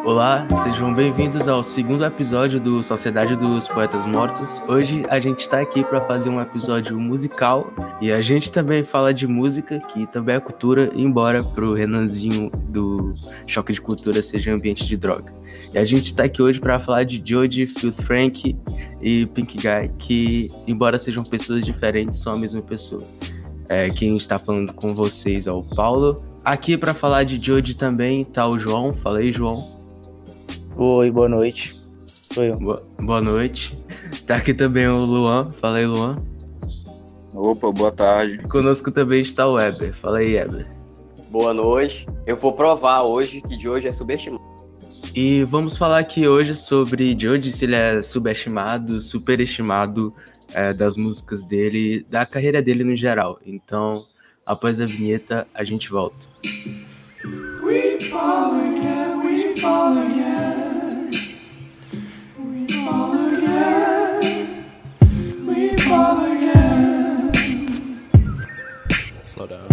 Olá, sejam bem-vindos ao segundo episódio do Sociedade dos Poetas Mortos. Hoje a gente está aqui para fazer um episódio musical e a gente também fala de música, que também é cultura, embora pro Renanzinho do Choque de Cultura seja ambiente de droga. E a gente está aqui hoje para falar de Joji, Filth Frank e Pink Guy, que, embora sejam pessoas diferentes, são a mesma pessoa. Quem está falando com vocês é o Paulo. Aqui para falar de Joji também tá o João. Fala aí, João. Oi, boa noite. Sou eu. Boa noite. Tá aqui também o Luan. Fala aí, Luan. Opa, boa tarde. Conosco também está o Eber. Fala aí, Eber. Boa noite. Eu vou provar hoje que Joji é subestimado. E vamos falar aqui hoje sobre Joji, se ele é subestimado, superestimado, das músicas dele, da carreira dele no geral. Então, após a vinheta, a gente volta. We fall again, we fall again. Slow down.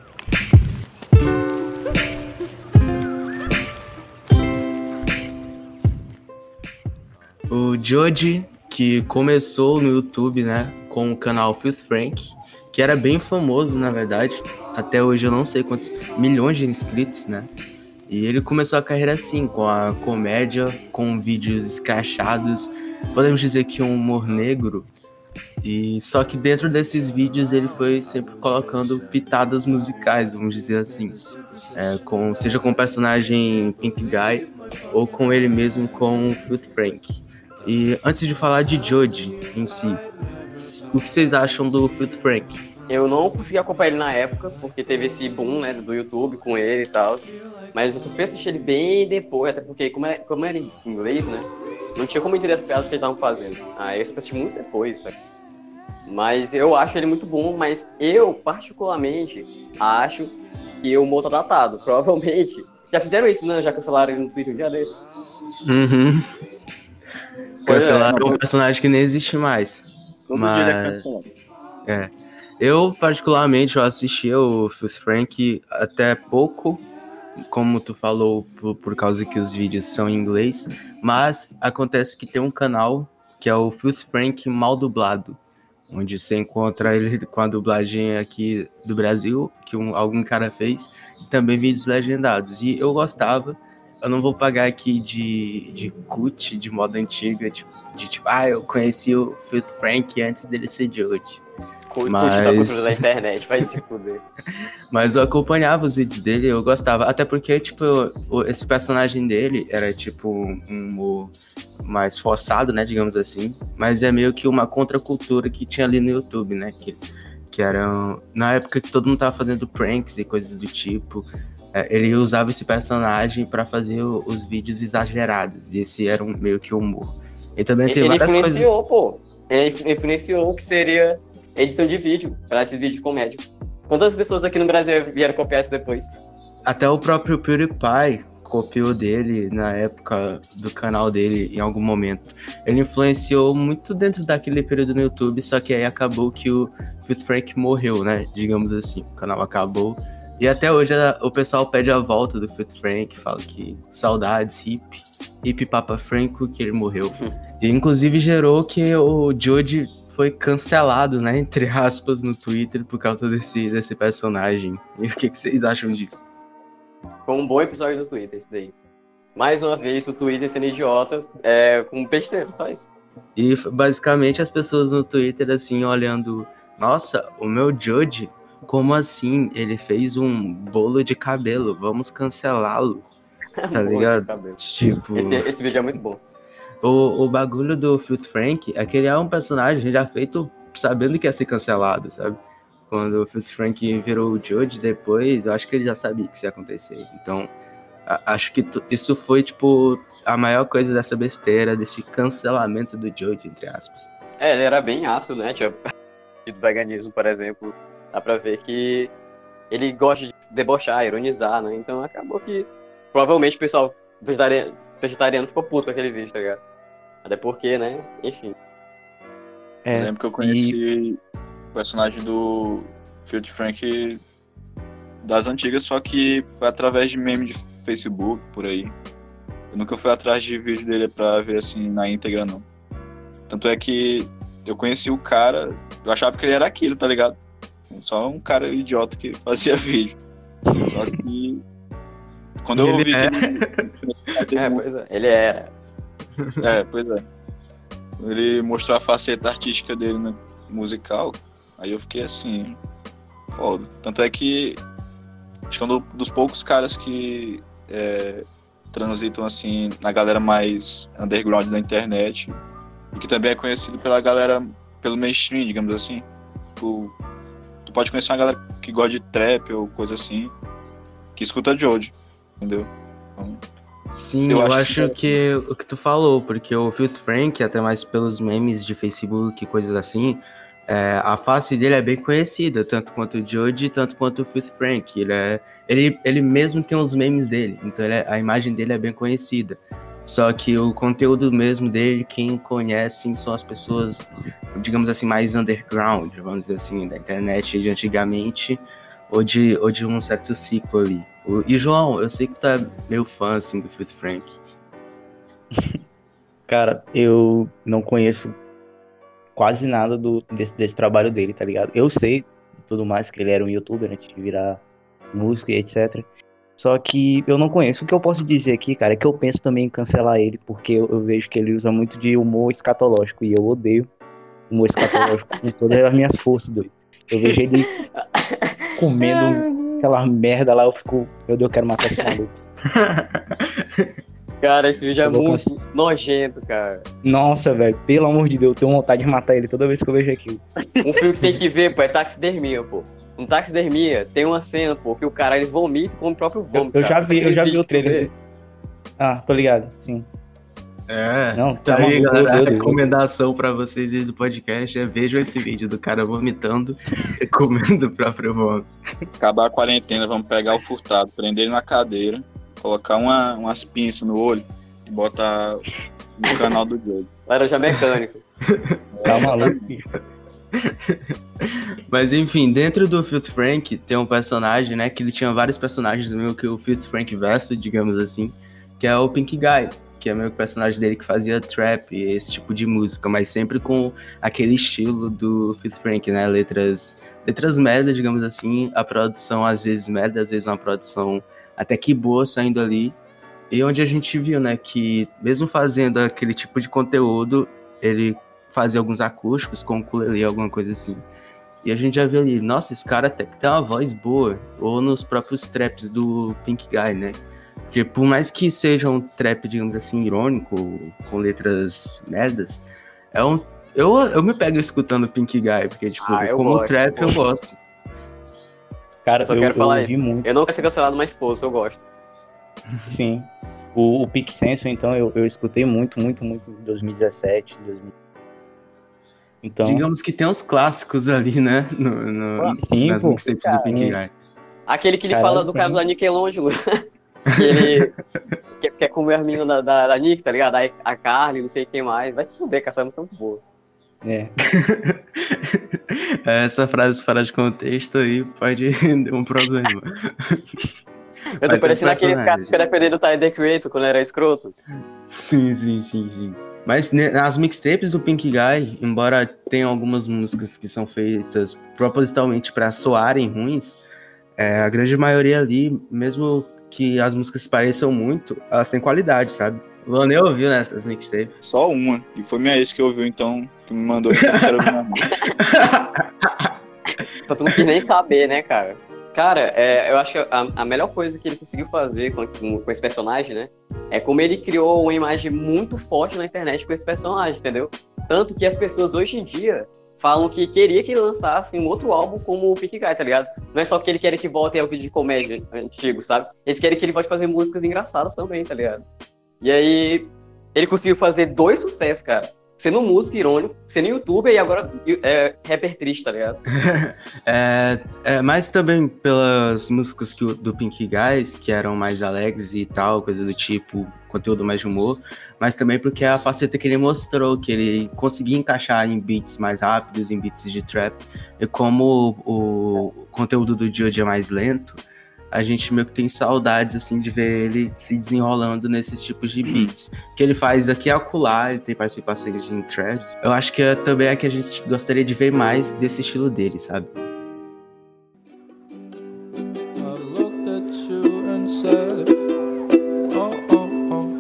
O Joji, que começou no YouTube, né, com o canal Filth Frank, que era bem famoso, na verdade. Até hoje eu não sei quantos milhões de inscritos, né? E ele começou a carreira assim, com a comédia, com vídeos escrachados, podemos dizer que um humor negro. E só que dentro desses vídeos ele foi sempre colocando pitadas musicais, vamos dizer assim, seja com o personagem Pink Guy ou com ele mesmo, com o Filth Frank. E antes de falar de Joji em si, o que vocês acham do Filth Frank? Eu não consegui acompanhar ele na época, porque teve esse boom, né, do YouTube com ele e tal. Mas eu só fui assistir ele bem depois, até porque como era em inglês, né, não tinha como entender as piadas que eles estavam fazendo. Aí eu só assisti muito depois, sabe? Mas eu acho ele muito bom, mas eu, particularmente, acho que o humor tá datado. Provavelmente. Já fizeram isso, né? Já cancelaram ele no Twitter um dia desse. Uhum. Cancelaram um personagem que nem existe mais. Todo mas... dia ele é cancelado. Eu, particularmente, eu assisti o Filth Frank até pouco, como tu falou, por causa que os vídeos são em inglês, mas acontece que tem um canal que é o Filth Frank mal dublado, onde você encontra ele com a dublagem aqui do Brasil, que algum cara fez, e também vídeos legendados. E eu gostava, eu não vou pagar aqui de cut, de moda antiga, eu conheci o Filth Frank antes dele ser Joji. Mas... da cultura da internet, vai se fuder. Mas eu acompanhava os vídeos dele, eu gostava. Até porque, esse personagem dele era, um humor mais forçado, né, digamos assim. Mas é meio que uma contracultura que tinha ali no YouTube, né? Que era... Na época que todo mundo tava fazendo pranks e coisas do tipo, ele usava esse personagem pra fazer os vídeos exagerados. E esse era meio que o humor. E também tem várias coisas... Ele influenciou o que seria... edição de vídeo, para esses vídeos de comédia. Quantas pessoas aqui no Brasil vieram copiar isso depois? Até o próprio PewDiePie copiou dele na época do canal dele, em algum momento. Ele influenciou muito dentro daquele período no YouTube, só que aí acabou que o Filth Frank morreu, né? Digamos assim, o canal acabou. E até hoje o pessoal pede a volta do Filth Frank, fala que saudades, hip Papa Franco, que ele morreu. E inclusive gerou que o Joji foi cancelado, né, entre aspas, no Twitter por causa desse personagem. E o que vocês acham disso? Foi um bom episódio do Twitter, esse daí. Mais uma vez, o Twitter sendo idiota, com besteira, só isso. E basicamente as pessoas no Twitter, assim, olhando, nossa, o meu Joji, como assim? Ele fez um bolo de cabelo, vamos cancelá-lo, tá ligado? Esse vídeo é muito bom. O bagulho do Filth Frank é que ele é um personagem já feito sabendo que ia ser cancelado, sabe? Quando o Filth Frank virou o Joji depois, eu acho que ele já sabia que isso ia acontecer. Então, acho que isso foi, a maior coisa dessa besteira, desse cancelamento do Joji, entre aspas. Ele era bem ácido, né? Do veganismo, por exemplo. Dá pra ver que ele gosta de debochar, ironizar, né? Então, acabou que provavelmente o pessoal vegetariano ficou puto com aquele vídeo, tá ligado? Até porque, né? Enfim. Eu lembro que eu conheci o personagem do Filth Frank das antigas, só que foi através de meme de Facebook, por aí. Eu nunca fui atrás de vídeo dele pra ver assim na íntegra, não. Tanto é que eu conheci o cara, eu achava que ele era aquilo, tá ligado? Só um cara idiota que fazia vídeo. Só que quando eu ouvi que ele... Pois é, ele era. Pois é. Ele mostrou a faceta artística dele, né, musical, aí eu fiquei assim, foda. Tanto é que acho que é um dos poucos caras que transitam assim na galera mais underground da internet e que também é conhecido pela galera, pelo mainstream, digamos assim. Tu pode conhecer uma galera que gosta de trap ou coisa assim, que escuta Joji, entendeu? Então, sim, eu acho que o que tu falou, porque o Filth Frank, até mais pelos memes de Facebook e coisas assim, a face dele é bem conhecida, tanto quanto o Joji, tanto quanto o Filth Frank. Ele mesmo tem os memes dele, então a imagem dele é bem conhecida. Só que o conteúdo mesmo dele, quem conhece são as pessoas, digamos assim, mais underground, vamos dizer assim, da internet de antigamente, ou de um certo ciclo ali. E João, eu sei que tu é meio fã assim, do Filth Frank. Cara, eu não conheço quase nada desse trabalho dele, tá ligado? Eu sei tudo mais que ele era um youtuber antes de virar música e etc. Só que eu não conheço. O que eu posso dizer aqui, cara, é que eu penso também em cancelar ele, porque eu vejo que ele usa muito de humor escatológico e eu odeio humor escatológico com todas as minhas forças, doido. Eu vejo ele comendo aquela merda lá, eu fico, meu Deus, eu quero matar esse maluco. Cara, esse vídeo é muito nojento, cara. Nossa, velho, pelo amor de Deus, eu tenho vontade de matar ele toda vez que eu vejo aquilo. Um filme que tem que ver, pô, é Taxidermia, pô. No Taxidermia tem uma cena, pô, que o cara ele vomita com o próprio vômito. Eu já vi o trailer. Ah, tô ligado, sim. Não, tá aí, galera, a recomendação pra vocês aí do podcast é vejam esse vídeo do cara vomitando e comendo o próprio vômito. Acabar a quarentena, vamos pegar o furtado, prender ele na cadeira, colocar umas pinças no olho e botar no canal do jogo. Laranja mecânico. Tá maluco, bicho. Mas enfim, dentro do Filth Frank tem um personagem, né, que ele tinha vários personagens meio que o Filth Frank verso, digamos assim, que é o Pink Guy, que é meio que o personagem dele que fazia trap e esse tipo de música, mas sempre com aquele estilo do Filth Frank, né, letras merda, digamos assim, a produção às vezes merda, às vezes uma produção até que boa saindo ali, e onde a gente viu, né, que mesmo fazendo aquele tipo de conteúdo, ele fazia alguns acústicos com ukulele, alguma coisa assim. E a gente já viu ali, nossa, esse cara até que tem uma voz boa, ou nos próprios traps do Pink Guy, né? Porque por mais que seja um trap, digamos assim, irônico, com letras merdas, eu me pego escutando Pink Guy, porque, tipo, como gosto, trap eu gosto. Cara, eu quero falar isso. Muito. Eu não quero ser cancelado, mas, pô, eu gosto. Sim. O Peak Senso, então, eu escutei muito em 2017, 2018. Então... Digamos que tem uns clássicos ali, né? Nas mixtapes do Pink Guy. Aquele que ele fala do cara da Nickelodeon. Que ele quer comer as meninas da Nick, tá ligado? A Carly, não sei quem mais. Vai se fuder, que essa música é muito boa. Essa frase fora de contexto aí pode dar um problema. Eu tô parecendo aqueles caras que defendendo o Tyler Creator quando era escroto. Sim. Mas nas mixtapes do Pink Guy, embora tenham algumas músicas que são feitas propositalmente para soarem ruins, a grande maioria ali, mesmo que as músicas pareçam muito, elas têm qualidade, sabe? O Luan nem ouviu nessas mixtapes. Só uma, e foi minha ex que ouviu, então, que me mandou, então eu quero ouvir mais. Tu não quis nem saber, né, cara? Cara, eu acho que a melhor coisa que ele conseguiu fazer com esse personagem, né? É como ele criou uma imagem muito forte na internet com esse personagem, entendeu? Tanto que as pessoas hoje em dia falam que queria que ele lançasse um outro álbum como o Pink Guy, tá ligado? Não é só que ele quer que volte ao vídeo de comédia antigo, sabe? Eles querem que ele volte a fazer músicas engraçadas também, tá ligado? E aí, ele conseguiu fazer 2 sucessos, cara. Sendo músico irônico, sendo youtuber e agora rapper triste, tá ligado? Mas também pelas músicas do Pink Guys, que eram mais alegres e tal, coisa do tipo, conteúdo mais de humor, mas também porque a faceta que ele mostrou, que ele conseguia encaixar em beats mais rápidos, em beats de trap, e como o conteúdo do Joji é mais lento, a gente meio que tem saudades, assim, de ver ele se desenrolando nesses tipos de beats. Que ele faz aqui e acolá, ele tem participações em traps. Eu acho que também é que a gente gostaria de ver mais desse estilo dele, sabe? I looked at you and said, oh, oh, oh.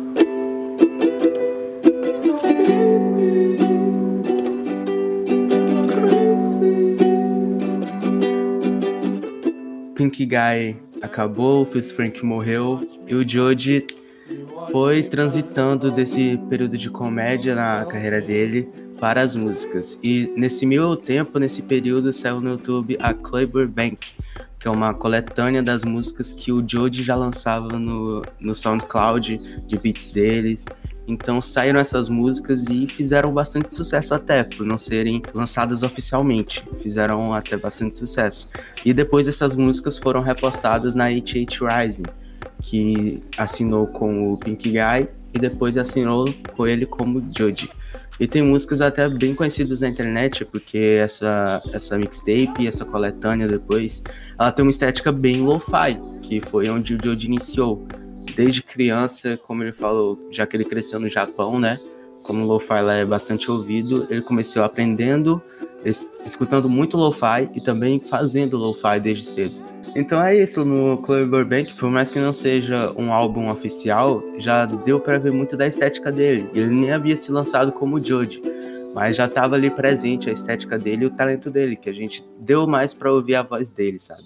Pink Guy acabou, o Fifth Frank morreu e o Joji foi transitando desse período de comédia na carreira dele para as músicas. E nesse meio tempo, nesse período, saiu no YouTube a Clubber Bank, que é uma coletânea das músicas que o Joji já lançava no SoundCloud, de beats deles. Então saíram essas músicas e fizeram bastante sucesso até, por não serem lançadas oficialmente. Fizeram até bastante sucesso. E depois essas músicas foram repostadas na H.H. Rising, que assinou com o Pink Guy e depois assinou com ele como Joji. E tem músicas até bem conhecidas na internet, porque essa mixtape, essa coletânea depois, ela tem uma estética bem lo-fi, que foi onde o Joji iniciou. Desde criança, como ele falou, já que ele cresceu no Japão, né? Como o lo-fi lá é bastante ouvido, ele começou aprendendo, escutando muito lo-fi e também fazendo lo-fi desde cedo. Então é isso, no Clubber Bank, por mais que não seja um álbum oficial, já deu pra ver muito da estética dele. Ele nem havia se lançado como Joji, mas já tava ali presente a estética dele e o talento dele, que a gente deu mais pra ouvir a voz dele, sabe?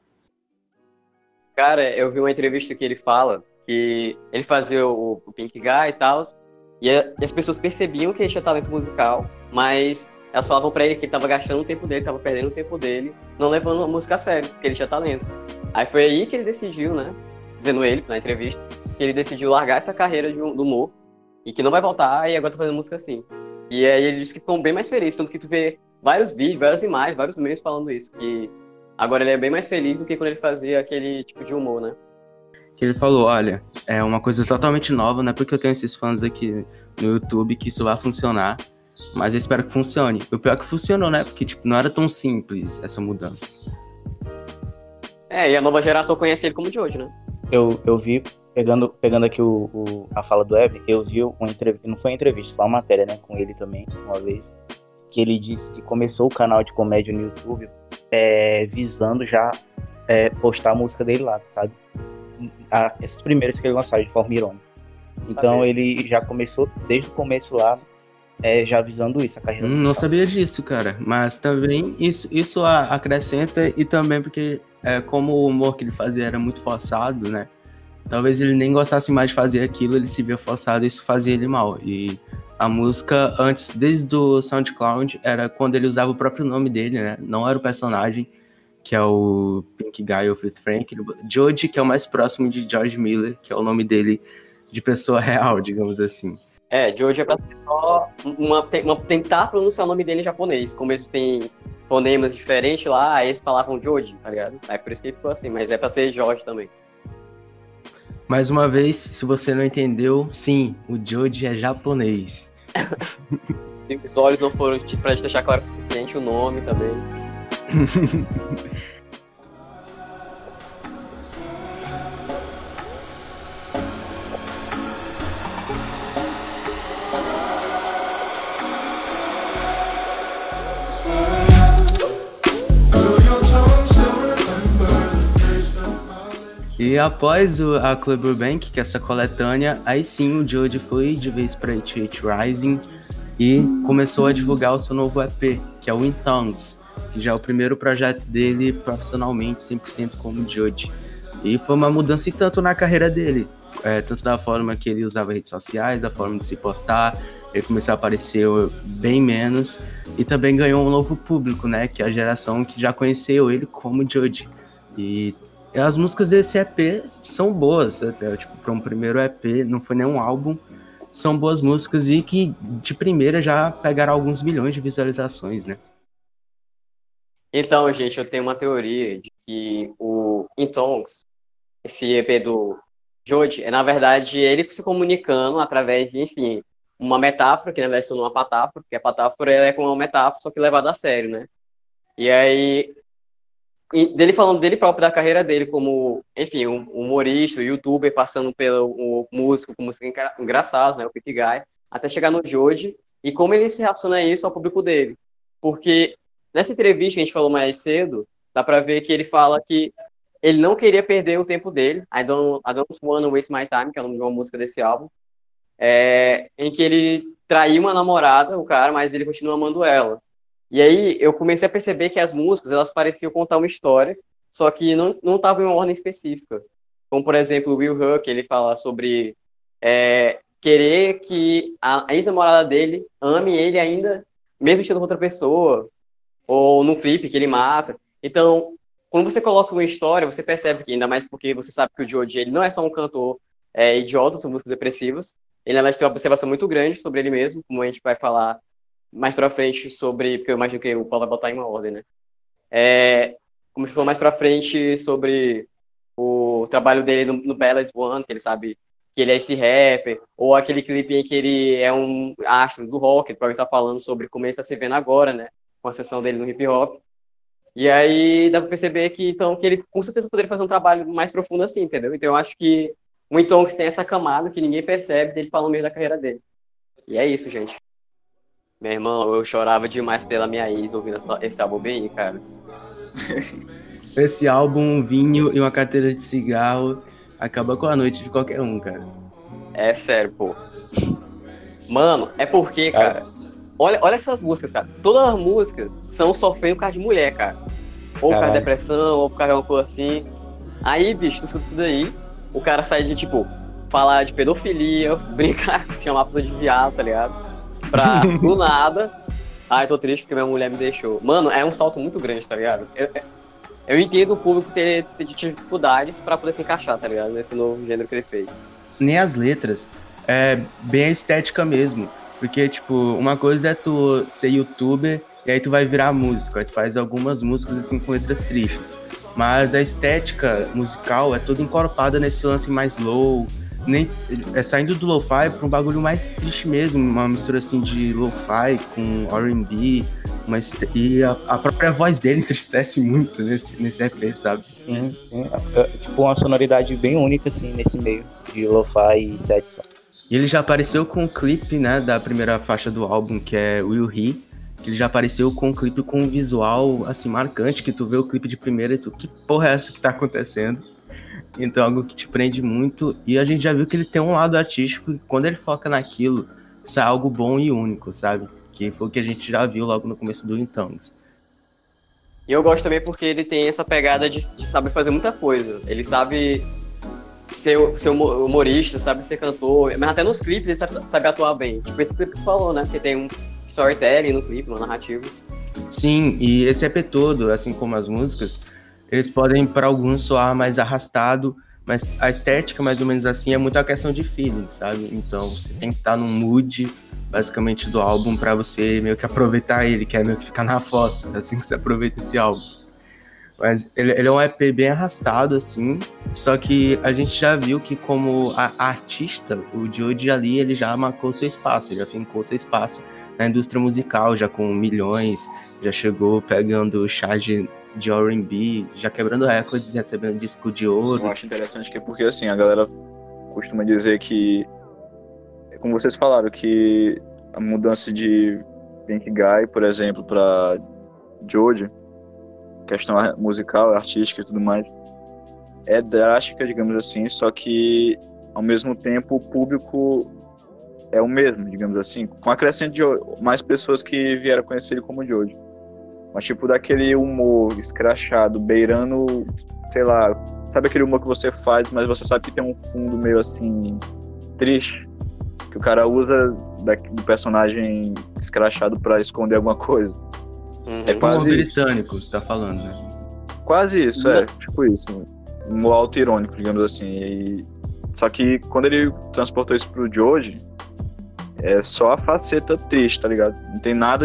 Cara, eu vi uma entrevista que ele fala que ele fazia o Pink Guy e tal, e as pessoas percebiam que ele tinha talento musical, mas elas falavam pra ele que ele tava gastando o tempo dele, tava perdendo o tempo dele, não levando a música a sério, porque ele tinha talento. Aí foi aí que ele decidiu, né, dizendo ele na entrevista, que ele decidiu largar essa carreira do humor, e que não vai voltar, e agora tá fazendo música assim. E aí ele disse que ficou bem mais feliz, tanto que tu vê vários vídeos, várias imagens, vários memes falando isso, que agora ele é bem mais feliz do que quando ele fazia aquele tipo de humor, né? Que ele falou, olha, é uma coisa totalmente nova, não é porque eu tenho esses fãs aqui no YouTube que isso vai funcionar, mas eu espero que funcione. O pior é que funcionou, né? Porque, tipo, não era tão simples essa mudança. É, e a nova geração conhece ele como de hoje, né? Eu vi, pegando aqui a fala do Evan, eu vi uma entrevista, não foi uma entrevista, foi uma matéria, né, com ele também, uma vez, que ele disse que começou o canal de comédia no YouTube visando já postar a música dele lá, sabe? Essas primeiras que ele lançava de forma irônica. Então ele já começou desde o começo lá, já visando isso, a carreira dele. Não sabia disso, cara. Mas também isso acrescenta, e também porque como o humor que ele fazia era muito forçado, né? Talvez ele nem gostasse mais de fazer aquilo, ele se via forçado e isso fazia ele mal. E a música antes, desde o SoundCloud, era quando ele usava o próprio nome dele, né? Não era o personagem, que é o Pink Guy ou Fifth Frank. Joji, que é o mais próximo de George Miller, que é o nome dele de pessoa real, digamos assim. Joji é pra ser só tentar pronunciar o nome dele em japonês. Como eles têm fonemas diferentes lá, aí eles falavam Joji, tá ligado? Aí por isso que ele ficou assim, mas é pra ser Jorge também. Mais uma vez, se você não entendeu, sim, o Joji é japonês. Se os olhos não foram pra gente deixar claro o suficiente, o nome também. E após a Clubber Bank, que é essa coletânea, aí sim o Joji foi de vez pra H.H. Rising e começou a divulgar o seu novo EP, que é o In Tongues, que já é o primeiro projeto dele profissionalmente, 100% como Joji. E foi uma mudança e tanto na carreira dele, tanto da forma que ele usava redes sociais, da forma de se postar, ele começou a aparecer bem menos, e também ganhou um novo público, né, que é a geração que já conheceu ele como Joji. E as músicas desse EP são boas, até, tipo, para um primeiro EP, não foi nenhum álbum, são boas músicas e que de primeira já pegaram alguns milhões de visualizações, né? Então, gente, eu tenho uma teoria de que o In Tongues, esse EP do Joji, é na verdade ele se comunicando através de, enfim, uma metáfora, que na verdade não é uma patáfora, porque a patáfora é como uma metáfora, só que levada a sério, né? E aí dele falando dele próprio, da carreira dele como, enfim, um humorista, um youtuber, passando pelo um músico com música engraçada, né, o Pick Guy, até chegar no Joji, e como ele se relaciona a isso ao público dele. Porque nessa entrevista que a gente falou mais cedo, dá pra ver que ele fala que ele não queria perder o tempo dele, I don't Wanna Waste My Time, que é o nome de uma música desse álbum, em que ele traiu uma namorada, o cara, mas ele continua amando ela. E aí eu comecei a perceber que as músicas, elas pareciam contar uma história, só que não estavam em uma ordem específica. Como, por exemplo, o Will Huck, ele fala sobre querer que a ex-namorada dele ame ele ainda, mesmo estando com outra pessoa, ou no clipe que ele mata. Então, quando você coloca uma história, você percebe que, ainda mais porque você sabe que o Joji, ele não é só um cantor idiota sobre músicas depressivas, ele, na verdade, tem uma observação muito grande sobre ele mesmo, como a gente vai falar mais pra frente sobre, porque eu imagino que o Paulo vai botar em uma ordem, né? Como a gente falou mais pra frente sobre o trabalho dele no Ballad One, que ele sabe que ele é esse rapper, ou aquele clipe em que ele é um astro do rock, ele provavelmente tá falando sobre como ele tá se vendo agora, né? Com a sessão dele no hip hop. E aí dá pra perceber que, então, que ele com certeza poderia fazer um trabalho mais profundo assim, entendeu? Então eu acho que o Intonks tem essa camada que ninguém percebe dele falando mesmo da carreira dele. E é isso, gente. Meu irmão, eu chorava demais pela minha ex ouvindo esse álbum bem, cara. Esse álbum, um vinho e uma carteira de cigarro acaba com a noite de qualquer um, cara. É sério, pô. Mano, é porque, cara, olha essas músicas, cara. Todas as músicas são sofrendo por causa de mulher, cara. Ou por causa de depressão, ou por causa de alguma coisa assim. Aí, bicho, tu escuta isso daí, o cara sai de, tipo, falar de pedofilia, brincar, chamar a pessoa de viado, tá ligado? Pra, do nada, eu tô triste porque minha mulher me deixou. Mano, é um salto muito grande, tá ligado? Eu entendo o público ter dificuldades pra poder se encaixar, tá ligado? Nesse novo gênero que ele fez. Nem as letras, é bem a estética mesmo. Porque, tipo, uma coisa é tu ser youtuber e aí tu vai virar músico. Aí tu faz algumas músicas, assim, com letras tristes. Mas a estética musical é toda encorpada nesse lance mais low, saindo do lo-fi pra um bagulho mais triste mesmo, uma mistura assim de lo-fi com R&B, e a própria voz dele entristece muito nesse EP, sabe? Sim. Tipo, uma sonoridade bem única, assim, nesse meio de lo-fi e sad song. E ele já apareceu com o clipe, né, da primeira faixa do álbum, que é Will He, que ele já apareceu com um clipe com um visual, assim, marcante, que tu vê o clipe de primeira e tu, que porra é essa que tá acontecendo? Então, algo que te prende muito. E a gente já viu que ele tem um lado artístico e quando ele foca naquilo, sai algo bom e único, sabe? Que foi o que a gente já viu logo no começo do Intongs. E eu gosto também porque ele tem essa pegada de saber fazer muita coisa. Ele sabe ser humorista, sabe ser cantor, mas até nos clipes ele sabe atuar bem. Tipo esse clipe que tu falou, né? Porque tem um storytelling no clipe, uma narrativa. Sim, e esse EP todo, assim como as músicas, eles podem para alguns soar mais arrastado, mas a estética, mais ou menos assim, é muito a questão de feeling, sabe? Então você tem que estar num mood, basicamente, do álbum para você meio que aproveitar ele, que é meio que ficar na fossa, assim que você aproveita esse álbum. Mas ele é um EP bem arrastado, assim, só que a gente já viu que como artista, o Joji ali, ele já marcou seu espaço, ele já fincou seu espaço na indústria musical, já com milhões, já chegou pegando charge de R&B, já quebrando recordes, recebendo disco de ouro. Eu acho interessante que é porque, assim, a galera costuma dizer que, como vocês falaram, que a mudança de Pink Guy, por exemplo, para Joji, questão musical, artística e tudo mais, é drástica, digamos assim, só que, ao mesmo tempo, o público é o mesmo, digamos assim, com acrescento de mais pessoas que vieram conhecer ele como Joji. Mas tipo daquele humor escrachado, beirando, sei lá, sabe aquele humor que você faz, mas você sabe que tem um fundo meio assim, triste, que o cara usa do personagem escrachado pra esconder alguma coisa. É quase humor britânico, tá falando, né? Quase isso, tipo isso. Um humor auto-irônico, digamos assim. Só que quando ele transportou isso pro Joji, é só a faceta triste, tá ligado? Não tem nada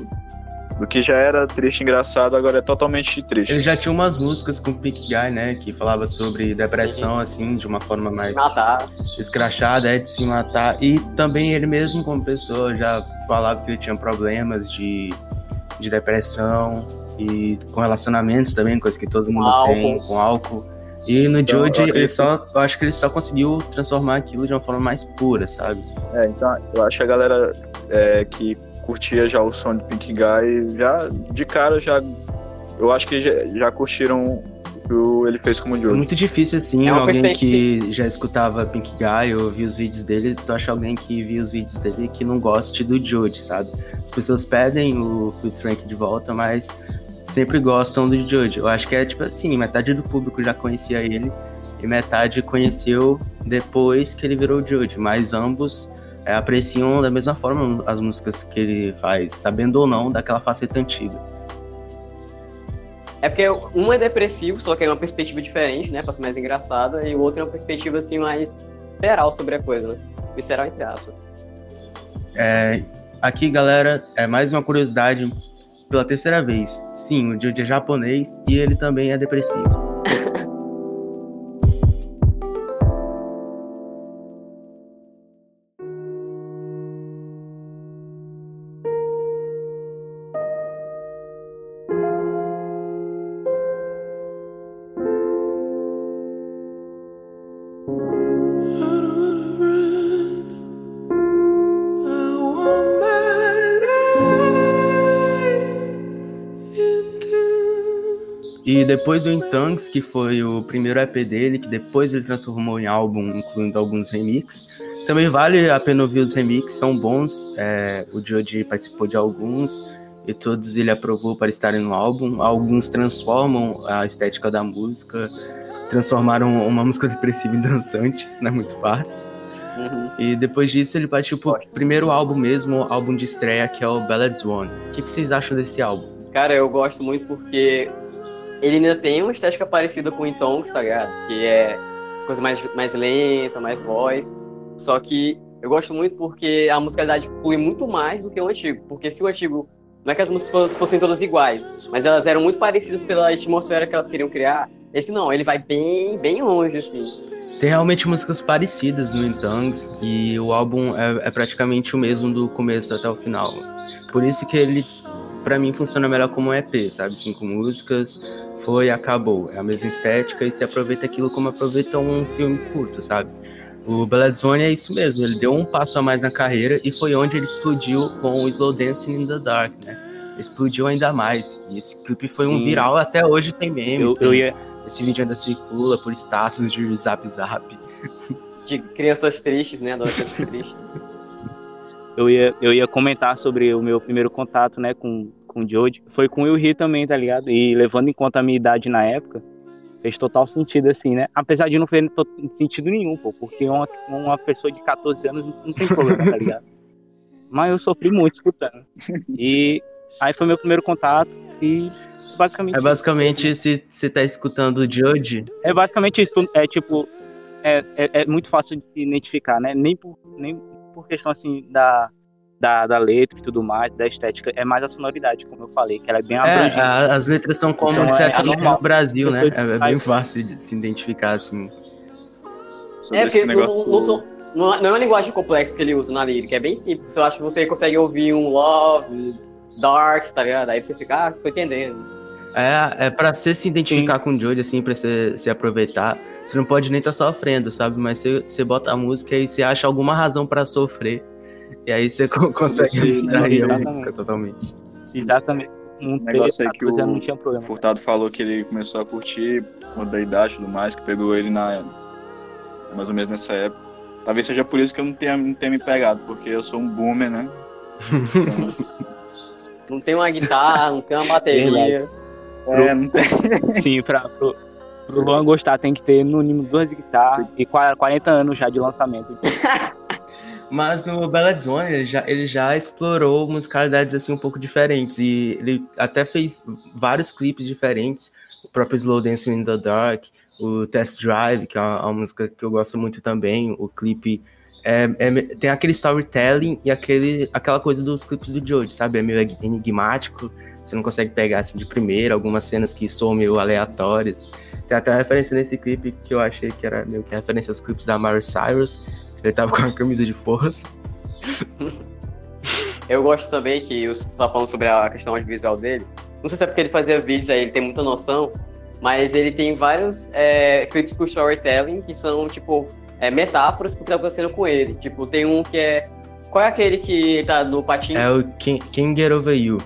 do que já era triste e engraçado, agora é totalmente triste. Ele já tinha umas músicas com o Pink Guy, né? Que falava sobre depressão, assim, de uma forma mais escrachada, de se matar. E também ele mesmo, como pessoa, já falava que ele tinha problemas de depressão. e com relacionamentos também, coisa que todo mundo Álcool. tem, com álcool. E no Então, Joji, eu eu acho que ele só conseguiu transformar aquilo de uma forma mais pura, sabe? Então, eu acho que a galera que curtia já o som de Pink Guy, já, de cara, eu acho que já curtiram o que ele fez como É Joji. muito difícil, assim, É uma alguém perspectiva. que já escutava Pink Guy ou viu os vídeos dele, tu acha alguém que viu os vídeos dele que não goste do Joji, sabe? As pessoas pedem o Fifth Frank de volta, mas sempre gostam do Joji. Eu acho que é tipo assim, metade do público já conhecia ele e metade conheceu depois que ele virou o Joji, mas ambos apreciam da mesma forma as músicas que ele faz, sabendo ou não daquela faceta antiga. É porque um é depressivo, só que é uma perspectiva diferente, né? Pra ser mais engraçada, e o outro é uma perspectiva, assim, mais visceral sobre a coisa, né? Visceral entre aspas. Aqui, galera, é mais uma curiosidade pela terceira vez. Sim, o Joji é japonês e ele também é depressivo. E depois do In Tongues, que foi o primeiro EP dele, que depois ele transformou em álbum, incluindo alguns remixes. Também vale a pena ouvir os remixes, são bons. O Joji participou de alguns e todos ele aprovou para estarem no álbum. Alguns transformam a estética da música, transformaram uma música depressiva em dançante, isso não é muito fácil. Uhum. E depois disso ele partiu pro primeiro álbum mesmo, álbum de estreia, que é o Ballads One. O que vocês acham desse álbum? Cara, eu gosto muito porque ele ainda tem uma estética parecida com o In Tongues, tá ligado? Que é as coisas mais lentas, mais voz. Só que eu gosto muito porque a musicalidade flui muito mais do que o antigo. Porque se o antigo, não é que as músicas fossem todas iguais, mas elas eram muito parecidas pela atmosfera que elas queriam criar. Esse não, ele vai bem, bem longe, assim. Tem realmente músicas parecidas no In Tongues e o álbum é praticamente o mesmo do começo até o final. Por isso que ele, pra mim, funciona melhor como um EP, sabe? 5 músicas, foi e acabou. É a mesma estética e se aproveita aquilo como aproveita um filme curto, sabe? O Ballads One é isso mesmo, ele deu um passo a mais na carreira e foi onde ele explodiu com o Slow Dancing in the Dark, né? Explodiu ainda mais. E esse clipe foi um viral, até hoje tem memes. Esse vídeo ainda circula por status de Zap Zap. De crianças tristes, né? Adolescentes tristes. Eu ia comentar sobre o meu primeiro contato, né, com o Joji. Foi com o Will também, tá ligado? E levando em conta a minha idade na época, fez total sentido, assim, né? Apesar de não fazer sentido nenhum, pô. Porque uma pessoa de 14 anos não tem problema, tá ligado? Mas eu sofri muito escutando. E aí foi meu primeiro contato e basicamente se você tá escutando o Joji... É basicamente isso. É tipo... É muito fácil de se identificar, né? Nem por questão, assim, da letra e tudo mais, da estética. É mais a sonoridade, como eu falei, que ela é bem abrangente. As letras são como então, de certa forma no Brasil, né? É bem Aí, fácil de se identificar, assim. Porque não é uma linguagem complexa que ele usa na lírica, é bem simples. Eu acho que você consegue ouvir um Love, um Dark, tá ligado? Aí você fica, tô entendendo. Pra você se identificar com o Joji, assim, pra você se aproveitar, você não pode nem estar sofrendo, sabe? Mas você bota a música e você acha alguma razão pra sofrer, e aí você consegue distrair a música totalmente. Exatamente. Esse negócio aí que o Furtado falou que ele começou a curtir com a idade e tudo mais, que pegou ele mais ou menos nessa época. Talvez seja por isso que eu não tenha me pegado, porque eu sou um boomer, né? Não tem uma guitarra, não tem uma bateria. Não tem. Sim, pro Luan gostar tem que ter no mínimo 2 guitarras e 40 anos já de lançamento. Mas no Ballads One ele já explorou musicalidades assim um pouco diferentes e ele até fez vários clipes diferentes, o próprio Slow Dancing in the Dark, o Test Drive, que é uma música que eu gosto muito também. O clipe tem aquele storytelling e aquela coisa dos clipes do Joji, sabe? É meio enigmático, você não consegue pegar assim de primeira, algumas cenas que são meio aleatórias. Tem até uma referência nesse clipe que eu achei que era meio que referência aos clipes da Miley Cyrus. Ele tava com a camisa de força. Eu gosto também que você tá falando sobre a questão audiovisual dele. não sei se é porque ele fazia vídeos aí, ele tem muita noção, mas ele tem vários clipes com storytelling que são, tipo, metáforas do que tá acontecendo com ele. Tipo, tem um que é... Qual é aquele que tá no patinho? É o Can't Get Over You.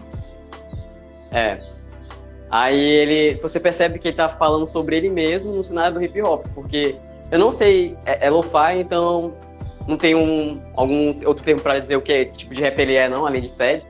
Aí você percebe que ele tá falando sobre ele mesmo no cenário do hip hop, porque eu não sei, é lo-fi, então não tem algum outro termo pra dizer o que tipo de rap ele é, não, além de sad.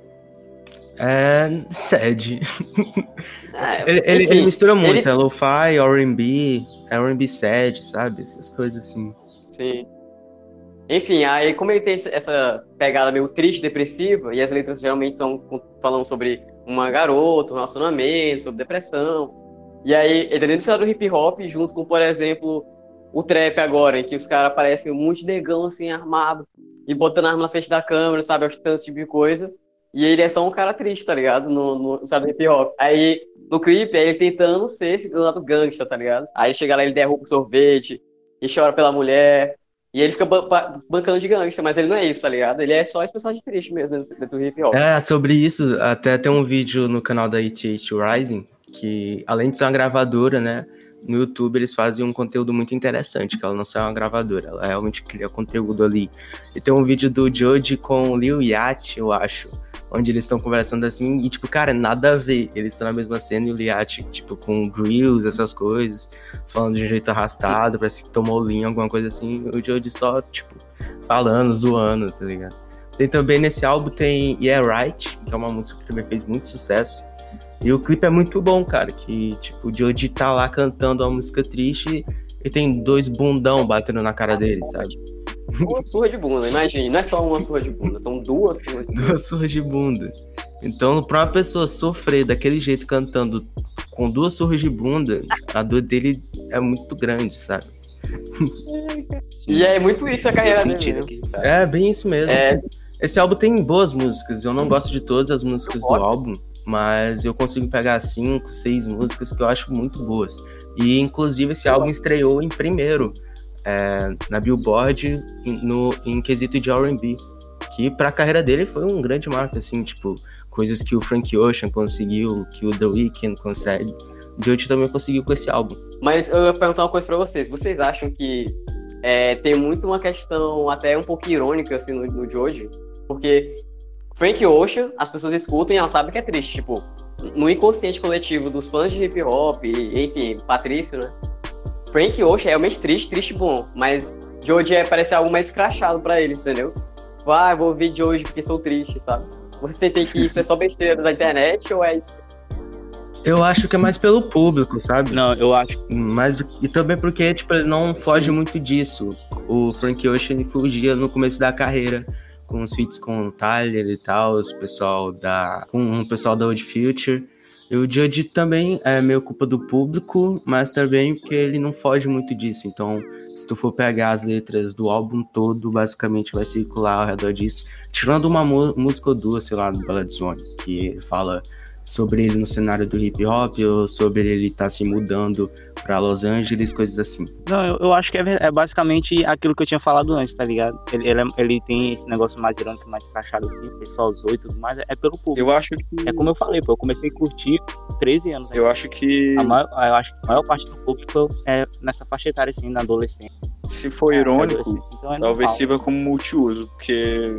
É sad. Ele mistura muito, é lo-fi, R&B sad, sabe? Essas coisas assim. Sim. Enfim, aí como ele tem essa pegada meio triste, depressiva, e as letras geralmente estão falando sobre uma garota, um relacionamento, sobre depressão. E aí ele tá dentro do cenário do hip hop, junto com, por exemplo, o trap agora, em que os caras aparecem um monte de negão assim, armado, e botando arma na frente da câmera, sabe, tanto tipo de coisa. E ele é só um cara triste, tá ligado? No cenário do hip hop. Aí no clipe, ele tentando ser esse lado gangsta, tá ligado? Aí chega lá, ele derruba o sorvete, e chora pela mulher. E ele fica bancando de gangsta, mas ele não é isso, tá ligado? Ele é só esse personagem triste mesmo dentro do hip hop. Sobre isso, até tem um vídeo no canal da ETH Rising, que além de ser uma gravadora, né, no YouTube eles fazem um conteúdo muito interessante, que ela não só é uma gravadora, ela realmente cria conteúdo ali. E tem um vídeo do Joji com o Lil Yachty, eu acho, onde eles estão conversando assim, e tipo, cara, nada a ver. Eles estão na mesma cena e o Liat, tipo, com grills, essas coisas, falando de um jeito arrastado, parece que tomou linha, alguma coisa assim. O Joji só, tipo, falando, zoando, tá ligado? Tem também nesse álbum, tem Yeah Right, que é uma música que também fez muito sucesso. E o clipe é muito bom, cara, que, tipo, o Joji tá lá cantando uma música triste e tem 2 bundão batendo na cara dele, sabe? Uma surra de bunda, imagine. Não é só uma surra de bunda, são 2 surras de bunda. 2 surras de bunda. Então, pra uma pessoa sofrer daquele jeito cantando com 2 surras de bunda, a dor dele é muito grande, sabe? E é muito isso a carreira dele. É, bem isso mesmo. Esse álbum tem boas músicas. Eu não gosto de todas as músicas do álbum, mas eu consigo pegar 5, 6 músicas que eu acho muito boas. E, inclusive, esse álbum estreou em primeiro na Billboard em quesito de R&B, que pra carreira dele foi um grande marco, assim, tipo, coisas que o Frank Ocean conseguiu, que o The Weeknd consegue, o Joji também conseguiu com esse álbum. Mas eu ia perguntar uma coisa pra vocês acham que tem muito uma questão até um pouco irônica, assim, no Joji? Porque Frank Ocean, as pessoas escutam e elas sabem que é triste, tipo, no inconsciente coletivo dos fãs de hip hop, enfim, Patrício, né? Frank Ocean é realmente triste bom, mas Joji parece algo mais escrachado pra eles, entendeu? Vou ouvir Joji porque sou triste, sabe? Você sente que isso é só besteira da internet ou é isso? Eu acho que é mais pelo público, sabe? Não, eu acho. Mas, e também porque, tipo, ele não foge muito disso. O Frank Ocean fugia no começo da carreira, com os feats com o Tyler e tal, com o pessoal da Old Future. E o Joji também é meio culpa do público, mas também porque ele não foge muito disso. Então, se tu for pegar as letras do álbum todo, basicamente vai circular ao redor disso. Tirando uma música ou 2, sei lá, do Ballad Zone, que fala sobre ele no cenário do hip hop, ou sobre ele estar se mudando pra Los Angeles, coisas assim. Não, eu acho que é basicamente aquilo que eu tinha falado antes, tá ligado? Ele tem esse negócio mais irônico, mais crachado assim, ele só usou e tudo mais, é pelo público. Eu acho que... É como eu falei, pô, eu comecei a curtir 13 anos. Eu acho que... Eu acho que a maior parte do público é nessa faixa etária, assim, na adolescência. Se for irônico, então talvez sirva como multiuso, porque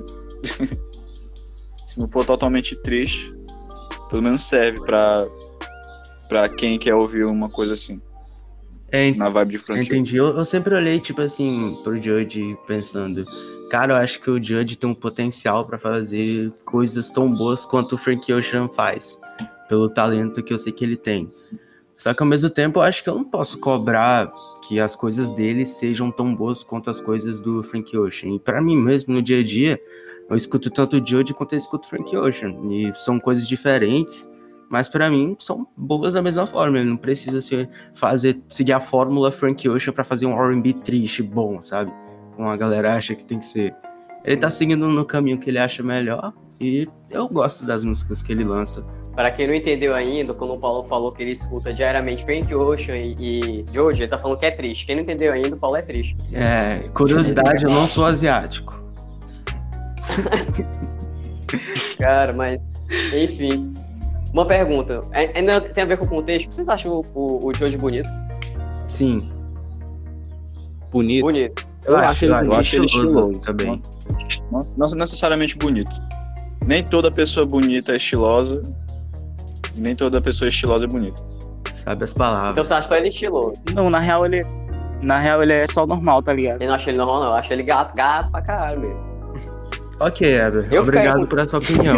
se não for totalmente triste, pelo menos serve pra quem quer ouvir uma coisa assim. Na vibe de Frank. Entendi. Eu sempre olhei, tipo assim, pro Joji pensando, cara, eu acho que o Joji tem um potencial pra fazer coisas tão boas quanto o Frank Ocean faz, pelo talento que eu sei que ele tem. Só que ao mesmo tempo eu acho que eu não posso cobrar que as coisas dele sejam tão boas quanto as coisas do Frank Ocean. E pra mim mesmo, no dia a dia, eu escuto tanto o Joji quanto eu escuto o Frank Ocean. E são coisas diferentes, mas pra mim são boas da mesma forma. Ele não precisa seguir a fórmula Frank Ocean pra fazer um R&B triste, bom, sabe? Como a galera acha que tem que ser. Ele tá seguindo no caminho que ele acha melhor e eu gosto das músicas que ele lança. Para quem não entendeu ainda, quando o Paulo falou que ele escuta diariamente Frank Ocean e Joji, ele tá falando que é triste. Quem não entendeu ainda, o Paulo é triste. Curiosidade, eu não sou asiático. Cara, mas... Enfim. Uma pergunta, ainda tem a ver com o contexto. Vocês acham o Joji bonito? Sim. Bonito. Bonito. Eu acho ele Eu acho ele estiloso estiloso. também. Não necessariamente bonito. Nem toda pessoa bonita é estilosa. E nem toda pessoa estilosa é bonita. Sabe as Então palavras. você acha só ele estiloso? Não, na real ele é só normal, tá ligado? Eu não acho ele normal, não. Eu acho ele gato pra caralho mesmo. Ok, Eber, Eu obrigado ficaria- por essa opinião.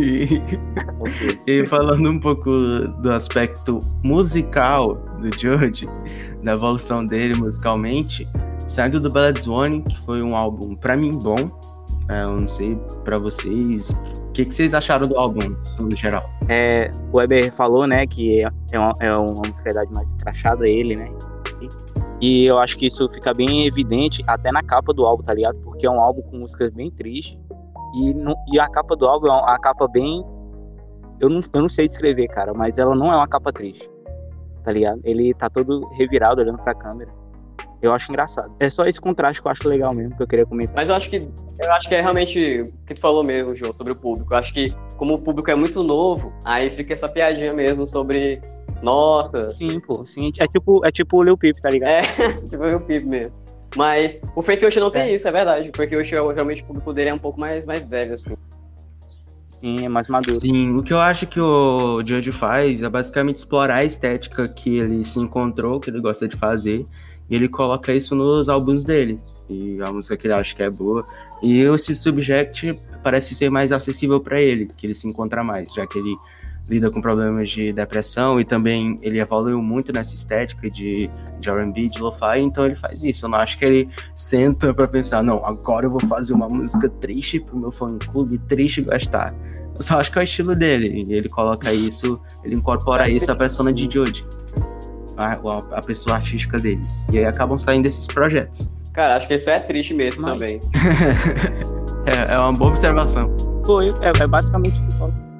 E falando um pouco do aspecto musical do Joji, da evolução dele musicalmente, saindo do Ballad Zone, que foi um álbum pra mim bom, eu não sei pra vocês, o que vocês acharam do álbum no geral? O Weber falou, né, que é uma musicalidade mais crachada ele, né? E eu acho que isso fica bem evidente até na capa do álbum, tá ligado? Porque é um álbum com músicas bem tristes. E a capa do álbum é uma capa bem... Eu não sei descrever, cara, mas ela não é uma capa triste, tá ligado? Ele tá todo revirado, olhando pra câmera. Eu acho engraçado. É só esse contraste que eu acho legal mesmo, que eu queria comentar. Mas eu acho que é realmente o que tu falou mesmo, João, sobre o público. Eu acho que, como o público é muito novo, aí fica essa piadinha mesmo sobre... Nossa... Sim, pô. Sim, é tipo o Lil Peep, tá ligado? É, tipo o Pip mesmo. Mas o Frank Ocean não tem isso, é verdade. O Frank Ocean, realmente, o público dele é um pouco mais velho, assim. Sim, é mais maduro. Sim, o que eu acho que o Joji faz é basicamente explorar a estética que ele se encontrou, que ele gosta de fazer, e ele coloca isso nos álbuns dele. E a música que ele acha que é boa. E esse Subject parece ser mais acessível para ele, que ele se encontra mais, já que ele lida com problemas de depressão e também ele evoluiu muito nessa estética de R&B, de lo-fi, então ele faz isso. Eu não acho que ele senta pra pensar, não, agora eu vou fazer uma música triste pro meu fã-clube triste gostar. Eu só acho que é o estilo dele, e ele coloca isso, ele incorpora isso à persona de Joji, a pessoa artística dele. E aí acabam saindo esses projetos. Cara, acho que isso é triste mesmo Mas- também. É uma boa observação. Pô, é basicamente o que eu falo.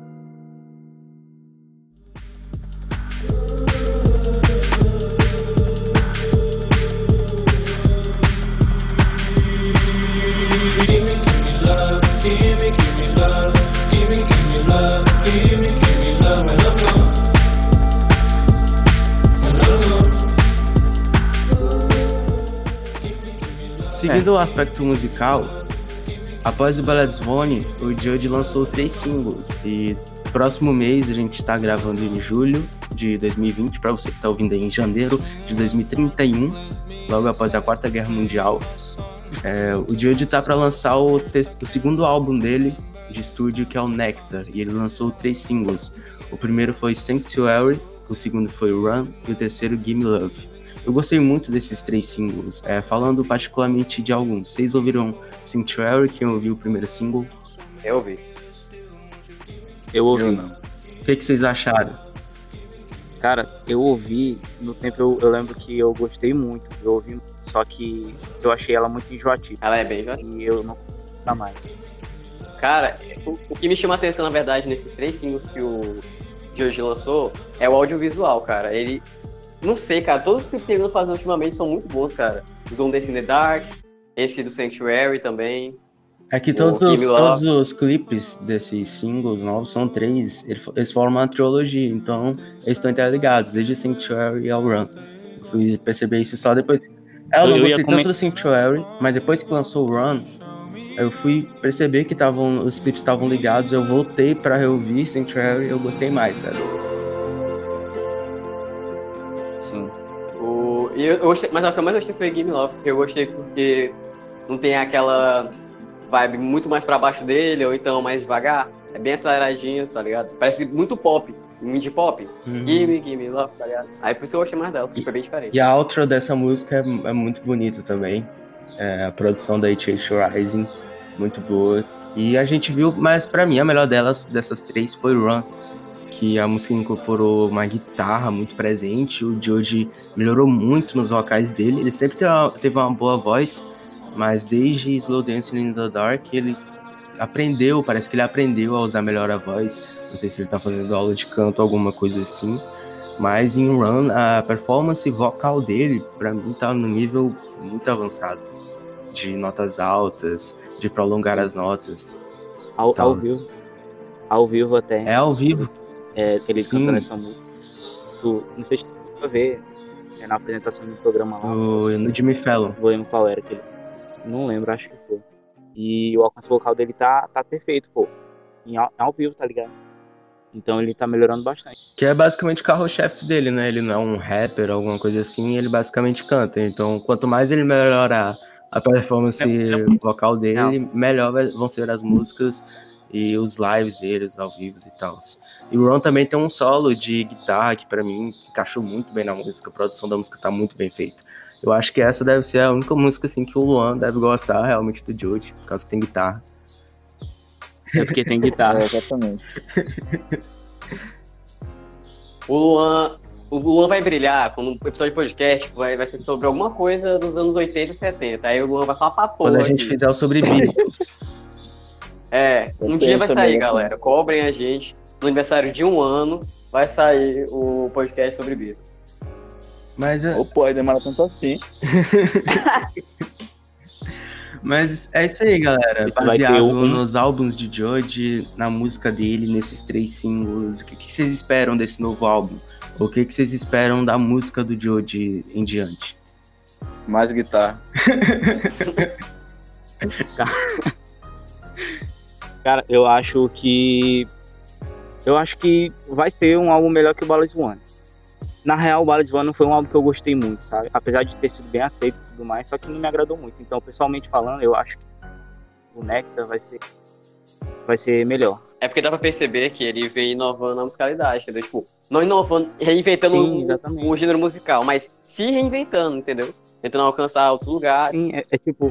Seguindo o aspecto musical, após o Ballad Zone, o Joji lançou 3 singles e próximo mês a gente está gravando em julho de 2020, para você que está ouvindo aí em janeiro de 2031, logo após a Quarta Guerra Mundial. O Joji tá para lançar o segundo álbum dele de estúdio, que é o Nectar, e ele lançou 3 singles. O primeiro foi Sanctuary, o segundo foi Run e o terceiro Gimme Love. Eu gostei muito desses 3 singles, falando particularmente de alguns. Vocês ouviram Sanctuary, quem ouviu o primeiro single? Eu ouvi. Eu ouvi. Eu não. O que vocês acharam? Cara, eu ouvi, no tempo eu lembro que eu gostei muito, eu ouvi, só que eu achei ela muito enjoativa, Ela é bem, já. e eu não gostava mais. Cara, o que me chama a atenção, na verdade, nesses 3 singles que o Joji lançou, é o audiovisual, cara. Ele... Não sei, cara. Todos os que ele anda fazendo ultimamente são muito bons, cara. O Zone Dance in the Dark, esse do Sanctuary também. É que O todos Gimme os Love. clipes desses singles novos são 3, eles formam uma trilogia, então eles estão interligados, desde Sanctuary ao Run. Eu fui perceber isso só depois. Eu não Eu ia gostei tanto do Sanctuary, mas depois que lançou o Run, eu fui perceber que os clipes estavam ligados, eu voltei pra reouvir Sanctuary e eu gostei mais, sabe? Sim. Eu gostei, mas a que eu mais gostei foi Gimme Love, porque eu gostei porque não tem aquela vibe muito mais pra baixo dele, ou então mais devagar. É bem aceleradinho, tá ligado? Parece muito pop, indie pop. Gimme Love, tá ligado? Aí por isso eu gostei mais dela, porque foi bem diferente. E a outro dessa música é muito bonita também. A produção da H.H. Rising, muito boa. E a gente viu, mas pra mim a melhor dessas 3 foi Run, que a música incorporou uma guitarra muito presente. O Joji melhorou muito nos vocais dele. Ele sempre teve uma boa voz, mas desde Slow Dancing in the Dark ele parece que ele aprendeu a usar melhor a voz. Não sei se ele tá fazendo aula de canto, alguma coisa assim. Mas em Run, a performance vocal dele, pra mim, tá num nível muito avançado. De notas altas, de prolongar as notas. Ao vivo. Ao vivo até. É ao vivo. ele Sim. cantando essa música. Não sei se tu vai ver na apresentação do programa lá. No Jimmy Fallon. Não lembro qual era aquele. Não lembro, acho que foi. E o alcance vocal dele tá perfeito, pô. Ao vivo, tá ligado? Então ele tá melhorando bastante. Que é basicamente o carro-chefe dele, né? Ele não é um rapper, alguma coisa assim, ele basicamente canta. Então, quanto mais ele melhorar a performance vocal dele, melhor vão ser as músicas e os lives dele, os ao vivo e tal. E o Ron também tem um solo de guitarra que pra mim encaixou muito bem na música. A produção da música tá muito bem feita. Eu acho que essa deve ser a única música assim que o Luan deve gostar realmente do Joji, por causa que tem guitarra. É porque tem guitarra. Exatamente. O Luan vai brilhar quando o episódio de podcast vai ser sobre alguma coisa dos anos 80 e 70. Aí o Luan vai falar pra porra. Quando a gente aqui. fizer o sobre Beatles. Um dia vai sair, galera. Cobrem a gente. No aniversário de 1 ano vai sair o podcast sobre Beatles. Mas Pô, demora tanto assim. Mas é isso aí, galera. Vai ter Baseado nos álbuns de Joji, na música dele, nesses 3 singles, o que vocês esperam desse novo álbum? O que vocês esperam da música do Joji em diante? Mais guitarra. Cara, eu acho que vai ser um álbum melhor que o Ballad One. Na real, o Ballad One não foi um álbum que eu gostei muito, sabe? Apesar de ter sido bem aceito e tudo mais, só que não me agradou muito. Então, pessoalmente falando, eu acho que o Nectar vai ser melhor. É porque dá pra perceber que ele vem inovando a musicalidade, entendeu? Tipo, não inovando, reinventando o gênero musical, mas se reinventando, entendeu? Tentando alcançar outros lugares. Sim, é tipo...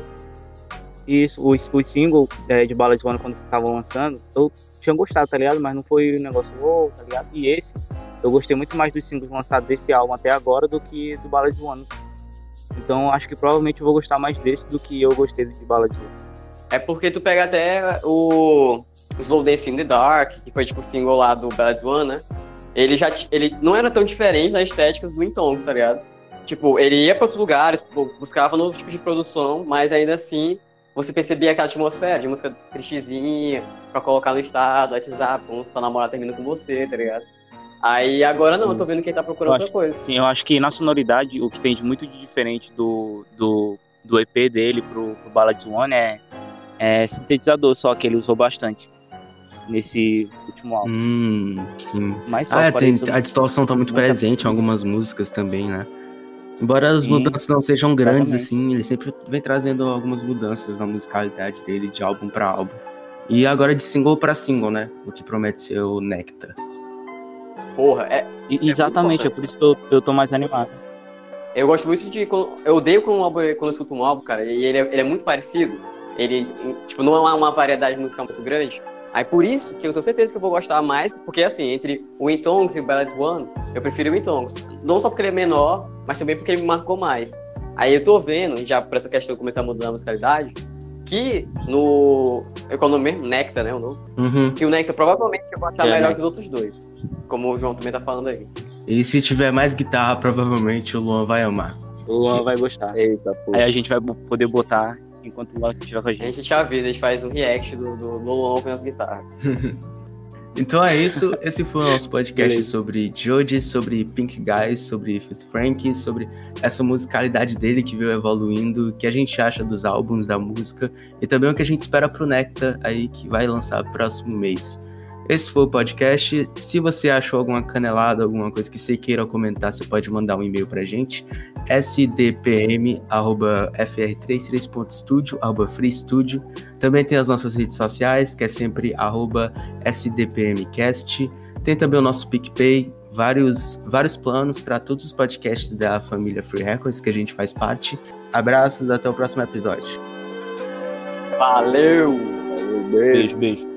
Isso, os singles de Ballad One, quando estavam lançando, eu tinha gostado, tá ligado? Mas não foi um negócio, tá ligado? E esse, eu gostei muito mais dos singles lançados desse álbum até agora do que do Ballad One. Então, acho que provavelmente eu vou gostar mais desse do que eu gostei de Ballad One. É porque tu pega até o Slow Dance in the Dark, que foi tipo o single lá do Ballad One, né? Ele não era tão diferente das estéticas do In Tongues, tá ligado? Tipo, ele ia pra outros lugares, buscava novo tipo de produção, mas ainda assim você percebia aquela atmosfera de música tristezinha, pra colocar no estado, WhatsApp, quando sua namorada termina com você, tá ligado? Aí agora não, eu tô vendo que ele tá procurando outra coisa. Sim, eu acho que na sonoridade, o que tem de muito de diferente do EP dele pro Ballad One é sintetizador, só que ele usou bastante nesse último álbum. Sim. Mas a distorção tá muito presente em algumas músicas também, né? Embora as mudanças não sejam grandes, assim, ele sempre vem trazendo algumas mudanças na musicalidade dele, de álbum pra álbum. E agora de single pra single, né? O que promete ser o Nectar. Porra, exatamente, é por isso que eu tô mais animado. Eu gosto muito de... Eu odeio quando eu escuto um álbum, cara, e ele é muito parecido. Ele, tipo, não é uma variedade musical muito grande. Aí por isso que eu tenho certeza que eu vou gostar mais, porque assim, entre o In Tongues e o Ballad One, eu prefiro o In Tongues. Não só porque ele é menor, mas também porque ele me marcou mais. Aí eu tô vendo, já por essa questão de como ele tá mudando a musicalidade, que no... Qual é o nome mesmo? Nectar, né? O nome? Uhum. Que o Nectar provavelmente eu vou achar melhor que os outros dois. Como o João também tá falando aí. E se tiver mais guitarra, provavelmente o Luan vai amar. O Luan vai gostar. Eita, pô. Aí a gente vai poder botar enquanto o Luan estiver com a A gente. gente te avisa, a gente faz um react do Luan com as guitarras. Então é isso, esse foi o nosso podcast Beleza. sobre Joji, sobre Pink Guys, sobre Fifth Frank, sobre essa musicalidade dele que veio evoluindo, o que a gente acha dos álbuns, da música, e também o que a gente espera pro Nectar aí, que vai lançar próximo mês. Esse foi o podcast. Se você achou alguma canelada, alguma coisa que você queira comentar, você pode mandar um e-mail pra gente, sdpm@fr33.studio, @freestudio. Também tem as nossas redes sociais, que é sempre @sdpmcast. Tem também o nosso PicPay, vários planos para todos os podcasts da família Free Records, que a gente faz parte. Abraços, até o próximo episódio. Valeu! Beijo. Beijo.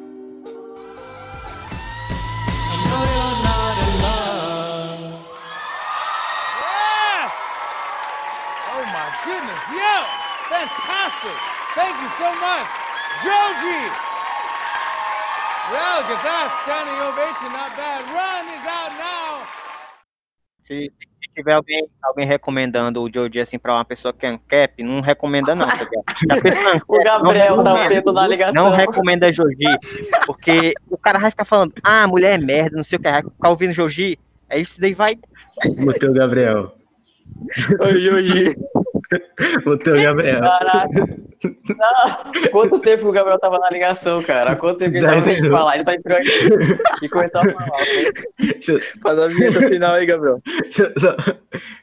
Fantastic! Thank you so much, Joji! Well, look at that, standing ovation, not bad. Run is out now! Se tiver alguém recomendando o Joji assim pra uma pessoa que é ANCAP, não recomenda não, tá ligado? Se a pessoa é ANCAP, O Gabriel não tá recomenda, vendo na ligação. não recomenda Joji, porque o cara vai ficar falando, mulher é merda, não sei o que, vai ficar ouvindo Joji, aí isso daí vai... Muteu o Gabriel. Oi, Joji. Muteu o Gabriel. Caraca. Não. Quanto tempo que o Gabriel tava na ligação, cara? Há quanto tempo que ele tava 10 sem minutos. falar? Ele só entrou aqui e começou a falar. Deixa, Faz a vinheta final aí, Gabriel.